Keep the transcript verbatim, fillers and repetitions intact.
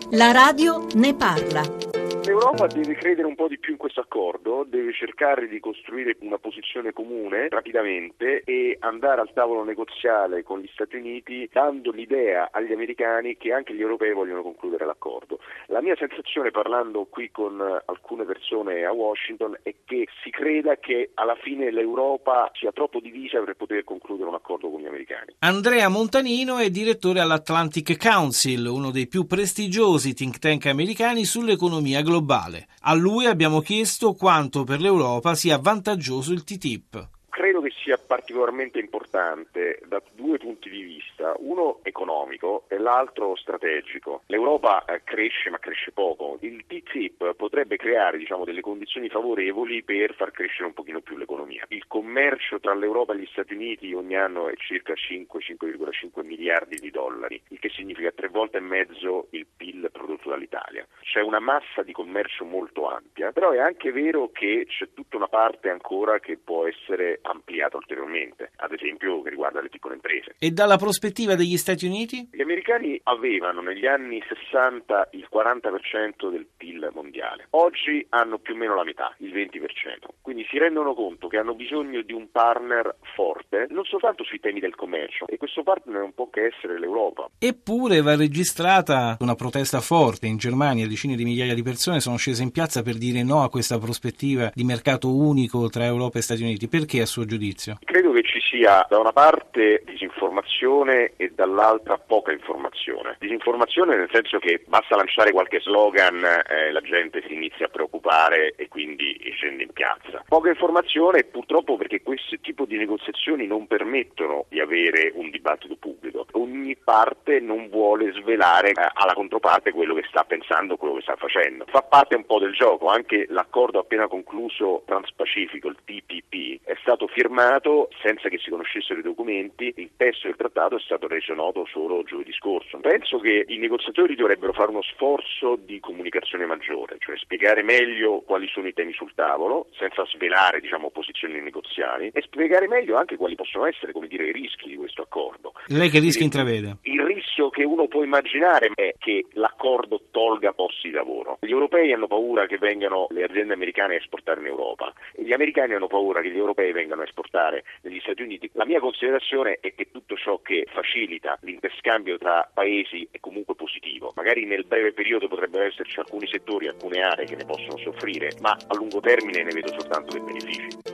La radio ne parla. L'Europa deve credere un po' di più in questo accordo, deve cercare di costruire una posizione comune rapidamente e andare al tavolo negoziale con gli Stati Uniti dando l'idea agli americani che anche gli europei vogliono concludere l'accordo. La mia sensazione, parlando qui con alcune persone a Washington, è che si creda che alla fine l'Europa sia troppo divisa per poter concludere un accordo con gli americani. Andrea Montanino è direttore all'Atlantic Council, uno dei più prestigiosi think tank americani sull'economia globale. A lui abbiamo chiesto quanto per l'Europa sia vantaggioso il T T I P. Credo che sia particolarmente importante da due punti di vista, uno economico e l'altro strategico. L'Europa eh, cresce ma cresce poco, il T T I P potrebbe creare diciamo, delle condizioni favorevoli per far crescere un pochino più l'economia. Il commercio tra l'Europa e gli Stati Uniti ogni anno è circa cinque virgola cinque miliardi di dollari, il che significa tre volte e mezzo il P I L prodotto dall'Italia. C'è una massa di commercio molto ampia, però è anche vero che c'è tutta una parte ancora che può essere ampliata ulteriormente, ad esempio che riguarda le piccole imprese. E dalla prospettiva degli Stati Uniti? Gli americani avevano negli anni sessanta il quaranta per cento del P I L mondiale, oggi hanno più o meno la metà, il venti per cento, quindi si rendono conto che hanno bisogno di un partner forte, non soltanto sui temi del commercio, e questo partner non può che essere l'Europa. Eppure va registrata una protesta forte in Germania, decine di migliaia di persone sono scese in piazza per dire no a questa prospettiva di mercato unico tra Europa e Stati Uniti. Perché a suo giudizio? Credo che ci sia da una parte disinformazione e dall'altra poca informazione. Disinformazione nel senso che basta lanciare qualche slogan e la gente si inizia a preoccupare e quindi scende in piazza. Poca informazione purtroppo perché questo tipo di negoziazioni non permettono di avere un dibattito pubblico. Ogni parte non vuole svelare alla controparte quello che sta pensando, quello che sta facendo. Fa parte un po' del gioco, anche l'accordo appena concluso transpacifico, il T P P, è stato firmato senza che si conoscessero i documenti, il testo del trattato è stato reso noto solo giovedì scorso. Penso che i negoziatori dovrebbero fare uno sforzo di comunicazione maggiore, cioè spiegare meglio quali sono i temi sul tavolo, senza svelare diciamo posizioni negoziali, e spiegare meglio anche quali possono essere, come dire, i rischi di questo accordo. Lei che rischi intravede? Il rischio che uno può immaginare è che l'accordo tolga posti di lavoro. Gli europei hanno paura che vengano le aziende americane a esportare in Europa e gli americani hanno paura che gli europei vengano a esportare negli Stati Uniti. La mia considerazione è che tutto ciò che facilita l'interscambio tra paesi è comunque positivo. Magari nel breve periodo potrebbero esserci alcuni settori, alcune aree che ne possono soffrire, ma a lungo termine ne vedo soltanto dei benefici.